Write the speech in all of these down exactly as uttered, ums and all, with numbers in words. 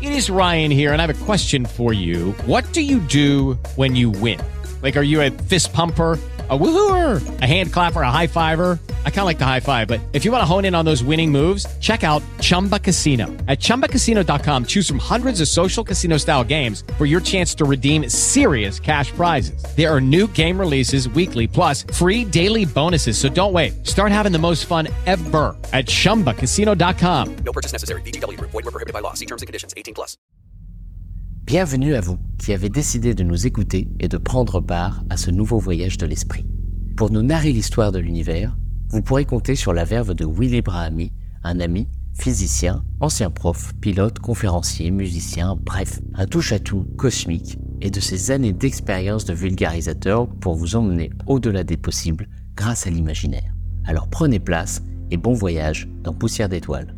It is Ryan here, and I have a question for you. What do you do when you win? Like, are you a fist pumper, a woohooer, a hand clapper, a high fiver? I kind of like the high five, but if you want to hone in on those winning moves, check out Chumba Casino. At chumba casino dot com, choose from hundreds of social casino style games for your chance to redeem serious cash prizes. There are new game releases weekly, plus free daily bonuses. So don't wait. Start having the most fun ever at chumba casino dot com. No purchase necessary. V G W Group. Void where prohibited by law. See terms and conditions. eighteen plus. Bienvenue à vous qui avez décidé de nous écouter et de prendre part à ce nouveau voyage de l'esprit. Pour nous narrer l'histoire de l'univers, vous pourrez compter sur la verve de Willy Brahamy, un ami, physicien, ancien prof, pilote, conférencier, musicien, bref, un touche-à-tout cosmique et de ses années d'expérience de vulgarisateur pour vous emmener au-delà des possibles grâce à l'imaginaire. Alors prenez place et bon voyage dans Poussière d'étoiles.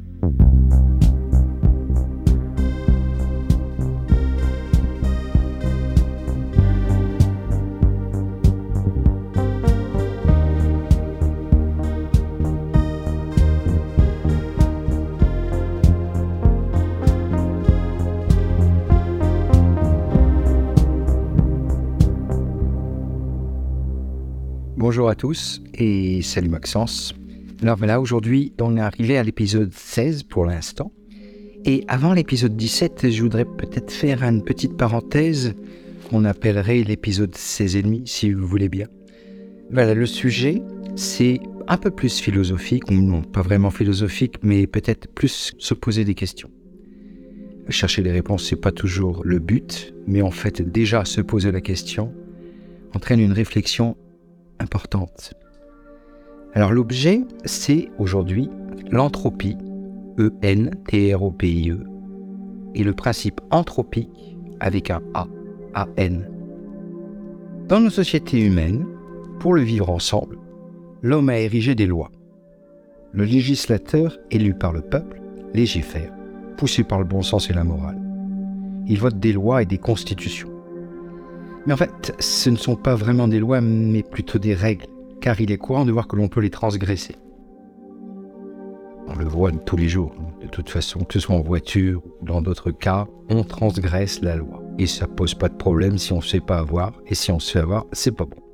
Bonjour à tous et salut Maxence. Alors voilà, aujourd'hui on est arrivé à l'épisode seize pour l'instant. Et avant l'épisode dix-sept, je voudrais peut-être faire une petite parenthèse qu'on appellerait l'épisode seize et demi, si vous voulez bien. Voilà, le sujet, c'est un peu plus philosophique, ou non, pas vraiment philosophique, mais peut-être plus se poser des questions. Chercher les réponses, c'est pas toujours le but, mais en fait déjà se poser la question entraîne une réflexion importante. Alors l'objet, c'est aujourd'hui l'entropie, E N T R O P I E, et le principe anthropique avec un A, A N. Dans nos sociétés humaines, pour le vivre ensemble, l'homme a érigé des lois. Le législateur, élu par le peuple, légifère, poussé par le bon sens et la morale. Il vote des lois et des constitutions. Mais en fait, ce ne sont pas vraiment des lois, mais plutôt des règles, car il est courant de voir que l'on peut les transgresser. On le voit tous les jours, de toute façon, que ce soit en voiture ou dans d'autres cas, on transgresse la loi. Et ça pose pas de problème si on ne sait pas avoir, et si on se fait avoir, c'est pas bon.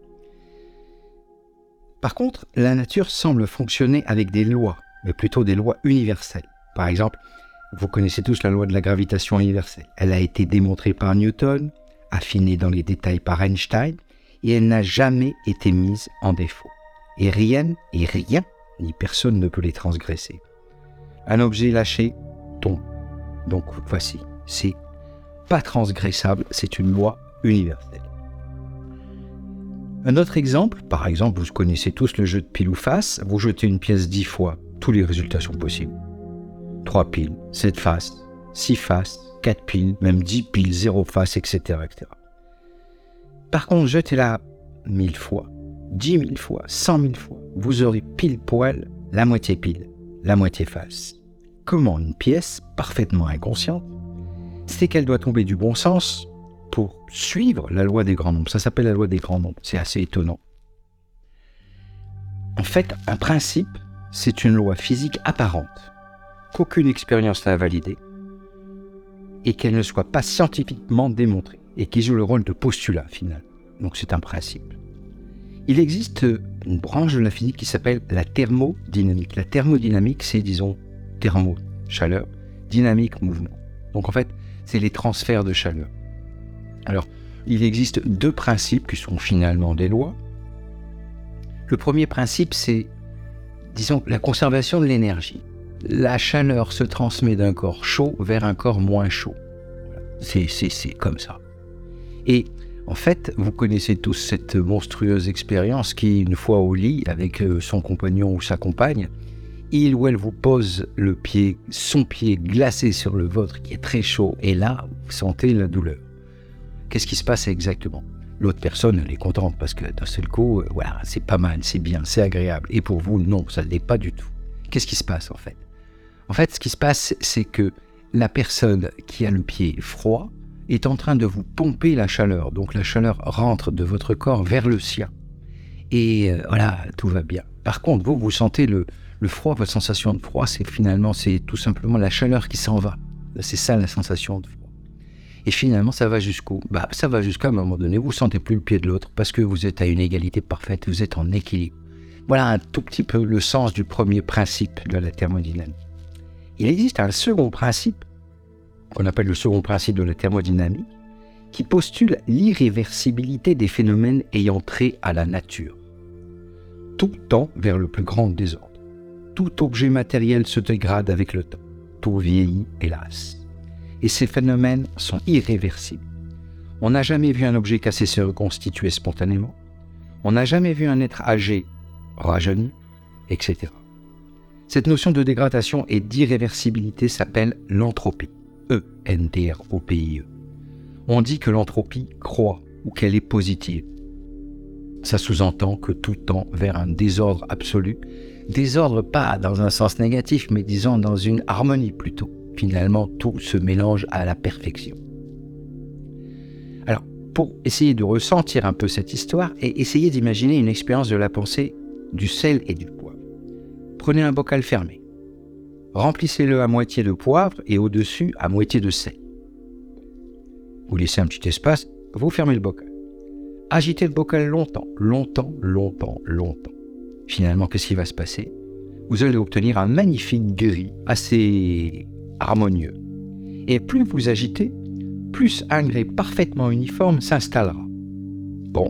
Par contre, la nature semble fonctionner avec des lois, mais plutôt des lois universelles. Par exemple, vous connaissez tous la loi de la gravitation universelle. Elle a été démontrée par Newton, affinée dans les détails par Einstein, et elle n'a jamais été mise en défaut. Et rien, et rien, ni personne ne peut les transgresser. Un objet lâché tombe. Donc voici, c'est pas transgressable, c'est une loi universelle. Un autre exemple, par exemple, vous connaissez tous le jeu de pile ou face, vous jetez une pièce dix fois, tous les résultats sont possibles. trois piles, sept faces, six faces, quatre piles, même dix piles, zéro face, et cetera, et cetera. Par contre, jetez-la mille fois, dix mille fois, cent mille fois, vous aurez pile poil la moitié pile, la moitié face. Comment une pièce, parfaitement inconsciente, sait qu'elle doit tomber du bon sens pour suivre la loi des grands nombres. Ça s'appelle la loi des grands nombres, c'est assez étonnant. En fait, un principe, c'est une loi physique apparente, qu'aucune expérience n'a validée, et qu'elle ne soit pas scientifiquement démontrée, et qui joue le rôle de postulat final. Donc c'est un principe. Il existe une branche de la physique qui s'appelle la thermodynamique. La thermodynamique, c'est, disons, thermo, chaleur, dynamique, mouvement. Donc en fait, c'est les transferts de chaleur. Alors, il existe deux principes qui sont finalement des lois. Le premier principe, c'est, disons, la conservation de l'énergie. La chaleur se transmet d'un corps chaud vers un corps moins chaud. C'est, c'est, c'est comme ça. Et en fait, vous connaissez tous cette monstrueuse expérience qui, une fois au lit avec son compagnon ou sa compagne, il ou elle vous pose le pied, son pied glacé sur le vôtre qui est très chaud, et là, vous sentez la douleur. Qu'est-ce qui se passe exactement ? L'autre personne, elle est contente parce que d'un seul coup, euh, voilà, c'est pas mal, c'est bien, c'est agréable. Et pour vous, non, ça ne l'est pas du tout. Qu'est-ce qui se passe en fait ? En fait, ce qui se passe, c'est que la personne qui a le pied froid est en train de vous pomper la chaleur. Donc la chaleur rentre de votre corps vers le sien. Et euh, voilà, tout va bien. Par contre, vous, vous sentez le, le froid, votre sensation de froid, c'est finalement, c'est tout simplement la chaleur qui s'en va. C'est ça la sensation de froid. Et finalement, ça va jusqu'où ? Bah, ça va jusqu'à un moment donné, vous ne sentez plus le pied de l'autre parce que vous êtes à une égalité parfaite, vous êtes en équilibre. Voilà un tout petit peu le sens du premier principe de la thermodynamique. Il existe un second principe, qu'on appelle le second principe de la thermodynamique, qui postule l'irréversibilité des phénomènes ayant trait à la nature. Tout tend vers le plus grand désordre. Tout objet matériel se dégrade avec le temps. Tout vieillit, hélas. Et ces phénomènes sont irréversibles. On n'a jamais vu un objet cassé se reconstituer spontanément. On n'a jamais vu un être âgé rajeunir, et cetera. Cette notion de dégradation et d'irréversibilité s'appelle l'entropie. E N T R O P I E. On dit que l'entropie croît ou qu'elle est positive. Ça sous-entend que tout tend vers un désordre absolu. Désordre pas dans un sens négatif, mais disons dans une harmonie plutôt. Finalement, tout se mélange à la perfection. Alors, pour essayer de ressentir un peu cette histoire et essayer d'imaginer une expérience de la pensée du sel et du poivre. Prenez un bocal fermé. Remplissez-le à moitié de poivre et au-dessus à moitié de sel. Vous laissez un petit espace, vous fermez le bocal. Agitez le bocal longtemps, longtemps, longtemps, longtemps. Finalement, qu'est-ce qui va se passer ? Vous allez obtenir un magnifique gris assez harmonieux. Et plus vous agitez, plus un grès parfaitement uniforme s'installera. Bon,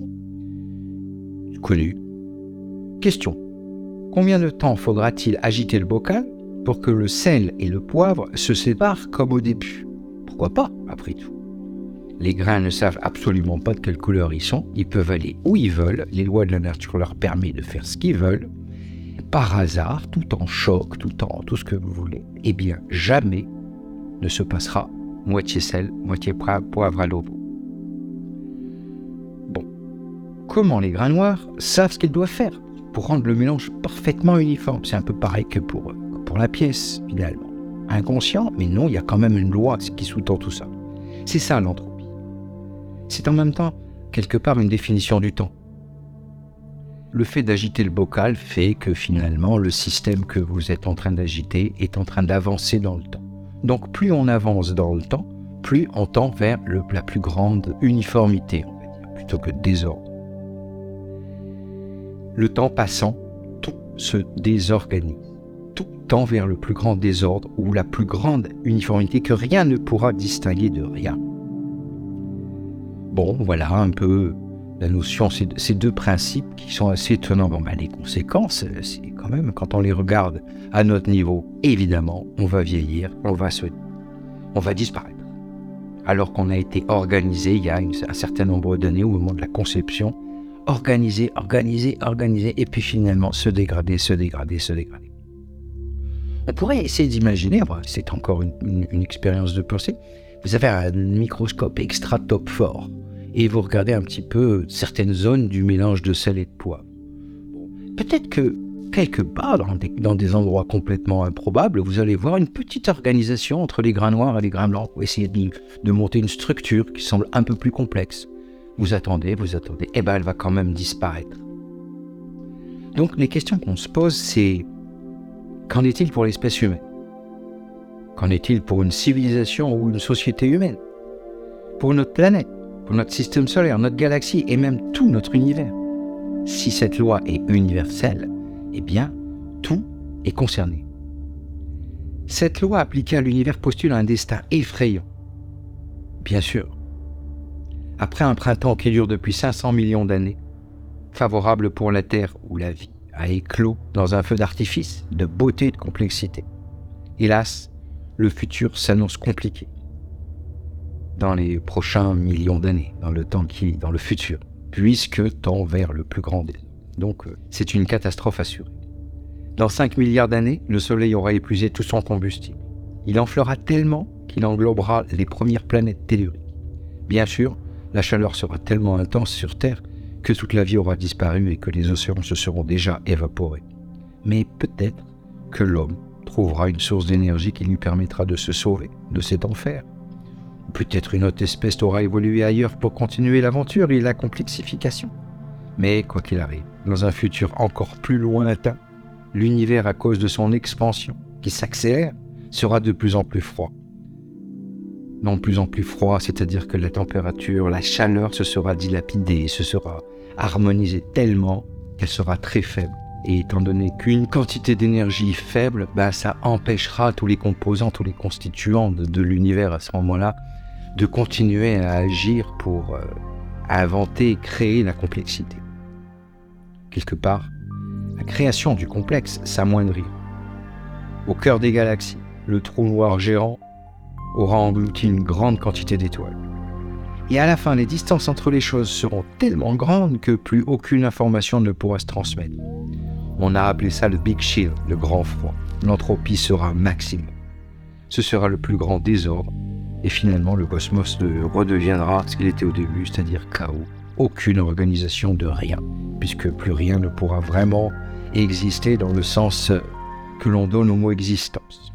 connu. Question. Combien de temps faudra-t-il agiter le bocal pour que le sel et le poivre se séparent comme au début ? Pourquoi pas, après tout ? Les grains ne savent absolument pas de quelle couleur ils sont. Ils peuvent aller où ils veulent. Les lois de la nature leur permettent de faire ce qu'ils veulent. Par hasard, tout en choc, tout en tout ce que vous voulez, eh bien, jamais ne se passera moitié sel, moitié poivre à l'eau. Bon. Comment les grains noirs savent ce qu'ils doivent faire pour rendre le mélange parfaitement uniforme ? C'est un peu pareil que pour, pour la pièce, finalement. Inconscient, mais non, il y a quand même une loi qui sous-tend tout ça. C'est ça l'entropie. C'est en même temps, quelque part, une définition du temps. Le fait d'agiter le bocal fait que finalement, le système que vous êtes en train d'agiter est en train d'avancer dans le temps. Donc, plus on avance dans le temps, plus on tend vers le, la plus grande uniformité, on va dire, plutôt que désordre. Le temps passant, tout se désorganise. Tout tend vers le plus grand désordre ou la plus grande uniformité que rien ne pourra distinguer de rien. Bon, voilà un peu la notion, ces, ces deux principes qui sont assez étonnants. Bon, ben, les conséquences, c'est quand même, quand on les regarde à notre niveau, évidemment, on va vieillir, on va, se, on va disparaître. Alors qu'on a été organisé il y a une, un certain nombre d'années, au moment de la conception, organisé, organisé, organisé, et puis finalement se dégrader, se dégrader, se dégrader. On pourrait essayer d'imaginer, c'est encore une, une, une expérience de pensée, vous avez un microscope extra top fort, et vous regardez un petit peu certaines zones du mélange de sel et de poivre. Bon, peut-être que quelque part, dans des, dans des endroits complètement improbables, vous allez voir une petite organisation entre les grains noirs et les grains blancs. Vous essayez de, de monter une structure qui semble un peu plus complexe. Vous attendez, vous attendez, et bien elle va quand même disparaître. Donc les questions qu'on se pose, c'est qu'en est-il pour l'espèce humaine ? Qu'en est-il pour une civilisation ou une société humaine ? Pour notre planète ? Pour notre système solaire, notre galaxie et même tout notre univers. Si cette loi est universelle, eh bien, tout est concerné. Cette loi appliquée à l'univers postule un destin effrayant. Bien sûr. Après un printemps qui dure depuis cinq cents millions d'années, favorable pour la Terre où la vie a éclos dans un feu d'artifice de beauté et de complexité. Hélas, le futur s'annonce compliqué. Dans les prochains millions d'années, dans le temps qui, dans le futur, puisque tend vers le plus grand désordre. Donc, euh, c'est une catastrophe assurée. Dans cinq milliards d'années, le Soleil aura épuisé tout son combustible. Il enflera tellement qu'il englobera les premières planètes telluriques. Bien sûr, la chaleur sera tellement intense sur Terre que toute la vie aura disparu et que les océans se seront déjà évaporés. Mais peut-être que l'homme trouvera une source d'énergie qui lui permettra de se sauver de cet enfer. Peut-être une autre espèce aura évolué ailleurs pour continuer l'aventure et la complexification. Mais quoi qu'il arrive, dans un futur encore plus lointain, l'univers, à cause de son expansion, qui s'accélère, sera de plus en plus froid. non de plus en plus froid, c'est-à-dire que la température, la chaleur se sera dilapidée, se sera harmonisée tellement qu'elle sera très faible. Et étant donné qu'une quantité d'énergie faible, bah, ça empêchera tous les composants, tous les constituants de, de l'univers à ce moment-là de continuer à agir pour euh, inventer et créer la complexité. Quelque part, la création du complexe s'amoindrit. Au cœur des galaxies, le trou noir géant aura englouti une grande quantité d'étoiles. Et à la fin, les distances entre les choses seront tellement grandes que plus aucune information ne pourra se transmettre. On a appelé ça le Big Chill, le grand froid. L'entropie sera maximum. Ce sera le plus grand désordre. Et finalement, le cosmos redeviendra ce qu'il était au début, c'est-à-dire chaos. Aucune organisation de rien, puisque plus rien ne pourra vraiment exister dans le sens que l'on donne au mot existence.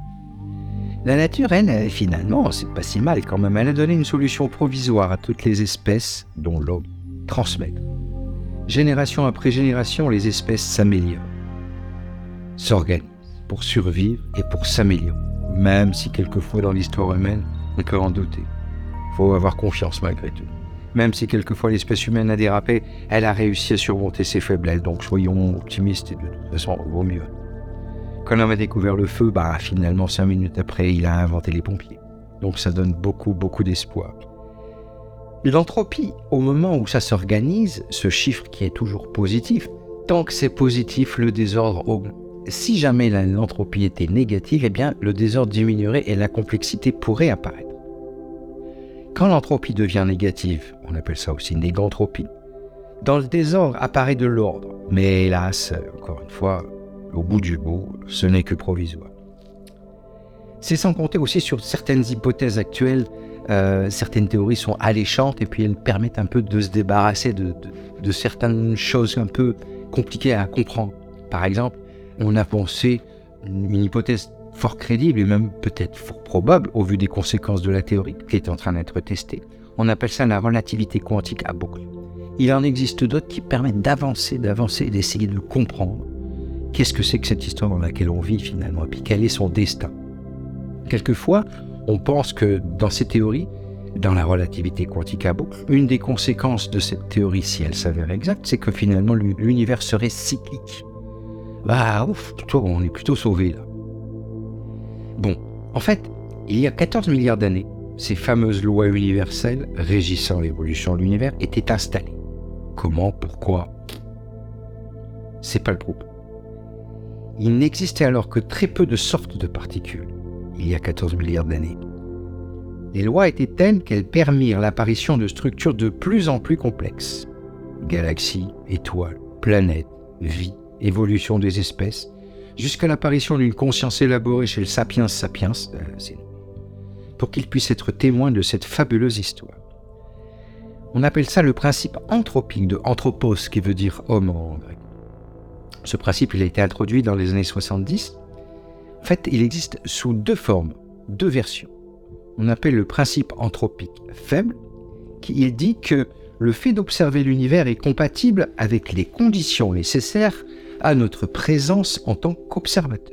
La nature, elle, elle, finalement, c'est pas si mal quand même. Elle a donné une solution provisoire à toutes les espèces, dont l'homme, transmettre. Génération après génération, les espèces s'améliorent, s'organisent pour survivre et pour s'améliorer. Même si quelquefois dans l'histoire humaine, on peut en douter. Il faut avoir confiance malgré tout. Même si quelquefois l'espèce humaine a dérapé, elle a réussi à surmonter ses faiblesses. Donc soyons optimistes et de toute façon, il vaut mieux. Quand l'homme a découvert le feu, bah, finalement, cinq minutes après, il a inventé les pompiers. Donc ça donne beaucoup, beaucoup d'espoir. L'entropie, au moment où ça s'organise, ce chiffre qui est toujours positif, tant que c'est positif, le désordre augmente. Si jamais l'entropie était négative, eh bien, le désordre diminuerait et la complexité pourrait apparaître. Quand l'entropie devient négative, on appelle ça aussi négantropie, dans le désordre apparaît de l'ordre. Mais hélas, encore une fois, au bout du bout, ce n'est que provisoire. C'est sans compter aussi sur certaines hypothèses actuelles. Euh, certaines théories sont alléchantes et puis elles permettent un peu de se débarrasser de, de, de certaines choses un peu compliquées à comprendre. Par exemple, on a pensé une, une hypothèse fort crédible et même peut-être fort probable au vu des conséquences de la théorie qui est en train d'être testée. On appelle ça la relativité quantique à boucle. Il en existe d'autres qui permettent d'avancer, d'avancer et d'essayer de comprendre qu'est-ce que c'est que cette histoire dans laquelle on vit finalement et puis quel est son destin. Quelquefois, on pense que dans ces théories, dans la relativité quantique à boucle, une des conséquences de cette théorie, si elle s'avère exacte, c'est que finalement l'univers serait cyclique. Bah ouf, on est plutôt sauvé là. Bon, en fait, il y a quatorze milliards d'années, ces fameuses lois universelles régissant l'évolution de l'univers étaient installées. Comment, pourquoi ? C'est pas le propos. Il n'existait alors que très peu de sortes de particules, il y a quatorze milliards d'années. Les lois étaient telles qu'elles permirent l'apparition de structures de plus en plus complexes. Galaxies, étoiles, planètes, vie, évolution des espèces, jusqu'à l'apparition d'une conscience élaborée chez le sapiens sapiens, euh, c'est nous, pour qu'il puisse être témoin de cette fabuleuse histoire. On appelle ça le principe anthropique de anthropos, qui veut dire homme en grec. Ce principe, il a été introduit dans les années soixante-dix. En fait, il existe sous deux formes, deux versions. On appelle le principe anthropique faible, qui il dit que le fait d'observer l'univers est compatible avec les conditions nécessaires à notre présence en tant qu'observateur.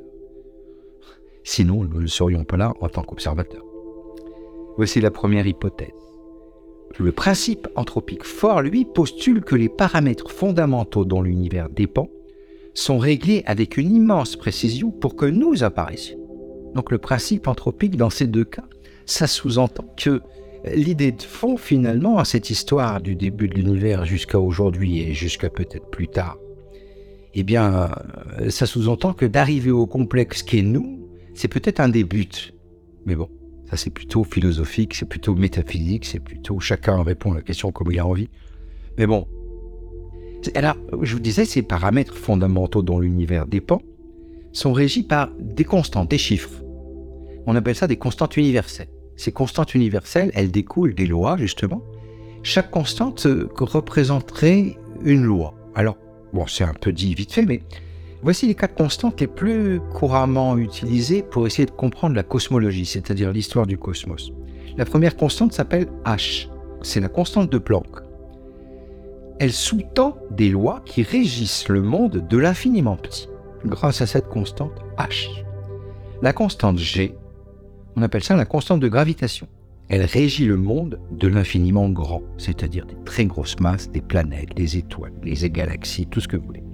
Sinon, nous ne serions pas là en tant qu'observateur. Voici la première hypothèse. Le principe anthropique fort, lui, postule que les paramètres fondamentaux dont l'univers dépend sont réglés avec une immense précision pour que nous apparaissions. Donc le principe anthropique, dans ces deux cas, ça sous-entend que l'idée de fond, finalement, à cette histoire du début de l'univers jusqu'à aujourd'hui et jusqu'à peut-être plus tard, eh bien, ça sous-entend que d'arriver au complexe qu'est nous, c'est peut-être un des buts. Mais bon, ça c'est plutôt philosophique, c'est plutôt métaphysique, c'est plutôt chacun répond à la question comme il a envie. Mais bon, alors, je vous disais, ces paramètres fondamentaux dont l'univers dépend sont régis par des constantes, des chiffres. On appelle ça des constantes universelles. Ces constantes universelles, elles découlent des lois, justement. Chaque constante représenterait une loi. Alors, bon, c'est un peu dit vite fait, mais voici les quatre constantes les plus couramment utilisées pour essayer de comprendre la cosmologie, c'est-à-dire l'histoire du cosmos. La première constante s'appelle H. C'est la constante de Planck. Elle sous-tend des lois qui régissent le monde de l'infiniment petit, grâce à cette constante H. La constante G, on appelle ça la constante de gravitation. Elle régit le monde de l'infiniment grand, c'est-à-dire des très grosses masses, des planètes, des étoiles, les galaxies, tout ce que vous voulez.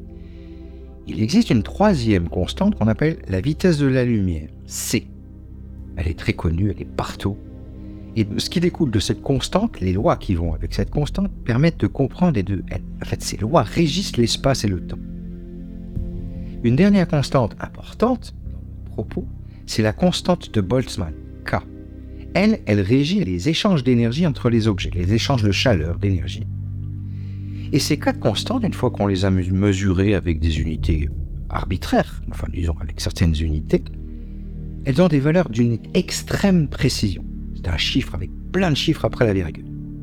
Il existe une troisième constante qu'on appelle la vitesse de la lumière, c. Elle est très connue, elle est partout. Et ce qui découle de cette constante, les lois qui vont avec cette constante, permettent de comprendre et de... En fait, ces lois régissent l'espace et le temps. Une dernière constante importante, à propos, c'est la constante de Boltzmann, K. Elle, elle régit les échanges d'énergie entre les objets, les échanges de chaleur, d'énergie. Et ces quatre constantes, une fois qu'on les a mesurées avec des unités arbitraires, enfin disons avec certaines unités, elles ont des valeurs d'une extrême précision. C'est un chiffre avec plein de chiffres après la virgule.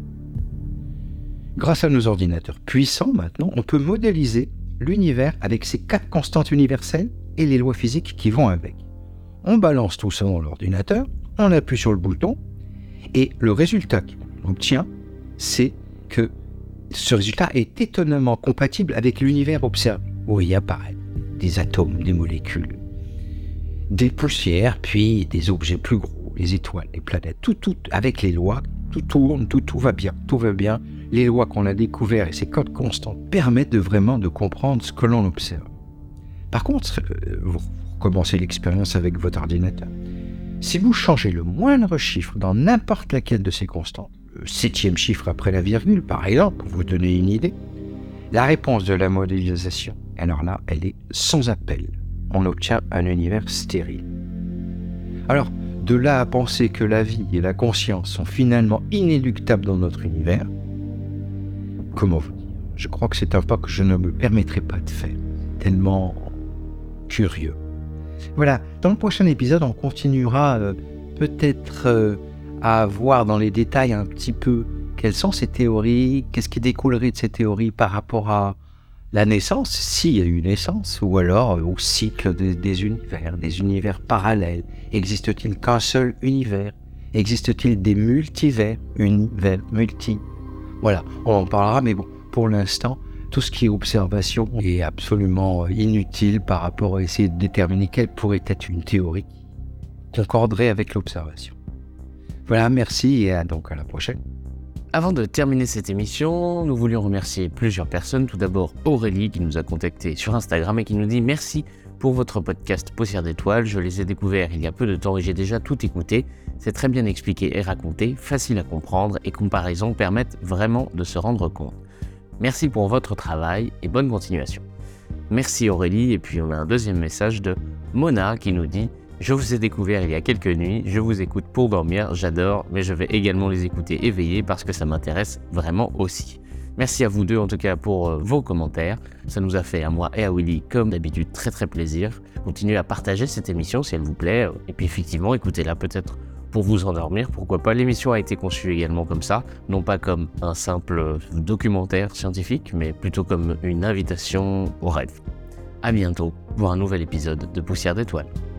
Grâce à nos ordinateurs puissants maintenant, on peut modéliser l'univers avec ces quatre constantes universelles et les lois physiques qui vont avec. On balance tout ça dans l'ordinateur, on appuie sur le bouton, et le résultat qu'on obtient, c'est que ce résultat est étonnamment compatible avec l'univers observé, où il apparaît des atomes, des molécules, des poussières, puis des objets plus gros, les étoiles, les planètes, tout, tout, avec les lois, tout tourne, tout, tout va bien, tout va bien. Les lois qu'on a découvertes et ces codes constants permettent de vraiment de comprendre ce que l'on observe. Par contre, vous recommencez l'expérience avec votre ordinateur. Si vous changez le moindre chiffre dans n'importe laquelle de ces constantes, le septième chiffre après la virgule, par exemple, pour vous donner une idée, la réponse de la modélisation, alors là, elle est sans appel. On obtient un univers stérile. Alors, de là à penser que la vie et la conscience sont finalement inéluctables dans notre univers, comment vous dire ? Je crois que c'est un pas que je ne me permettrai pas de faire, tellement curieux. Voilà, dans le prochain épisode, on continuera euh, peut-être euh, à voir dans les détails un petit peu quelles sont ces théories, qu'est-ce qui découlerait de ces théories par rapport à la naissance, s'il y a eu naissance, ou alors euh, au cycle des, des univers, des univers parallèles. Existe-t-il qu'un seul univers ? Existe-t-il des multivers, univers, multi ? Voilà, on en parlera, mais bon, pour l'instant, tout ce qui est observation est absolument inutile par rapport à essayer de déterminer quelle pourrait être une théorie qui concorderait avec l'observation. Voilà, merci et à, donc à la prochaine. Avant de terminer cette émission, nous voulions remercier plusieurs personnes. Tout d'abord Aurélie qui nous a contactés sur Instagram et qui nous dit merci pour votre podcast Poussière d'étoiles. Je les ai découverts il y a peu de temps et j'ai déjà tout écouté. C'est très bien expliqué et raconté, facile à comprendre et comparaisons permettent vraiment de se rendre compte. Merci pour votre travail et bonne continuation. Merci Aurélie. Et puis on a un deuxième message de Mona qui nous dit « Je vous ai découvert il y a quelques nuits, je vous écoute pour dormir, j'adore, mais je vais également les écouter éveillés parce que ça m'intéresse vraiment aussi. » Merci à vous deux en tout cas pour euh, vos commentaires. Ça nous a fait à moi et à Willy comme d'habitude très très plaisir. Continuez à partager cette émission si elle vous plaît. Et puis effectivement écoutez-la peut-être pour vous endormir, pourquoi pas. L'émission a été conçue également comme ça, non pas comme un simple documentaire scientifique, mais plutôt comme une invitation au rêve. À bientôt pour un nouvel épisode de Poussière d'étoiles.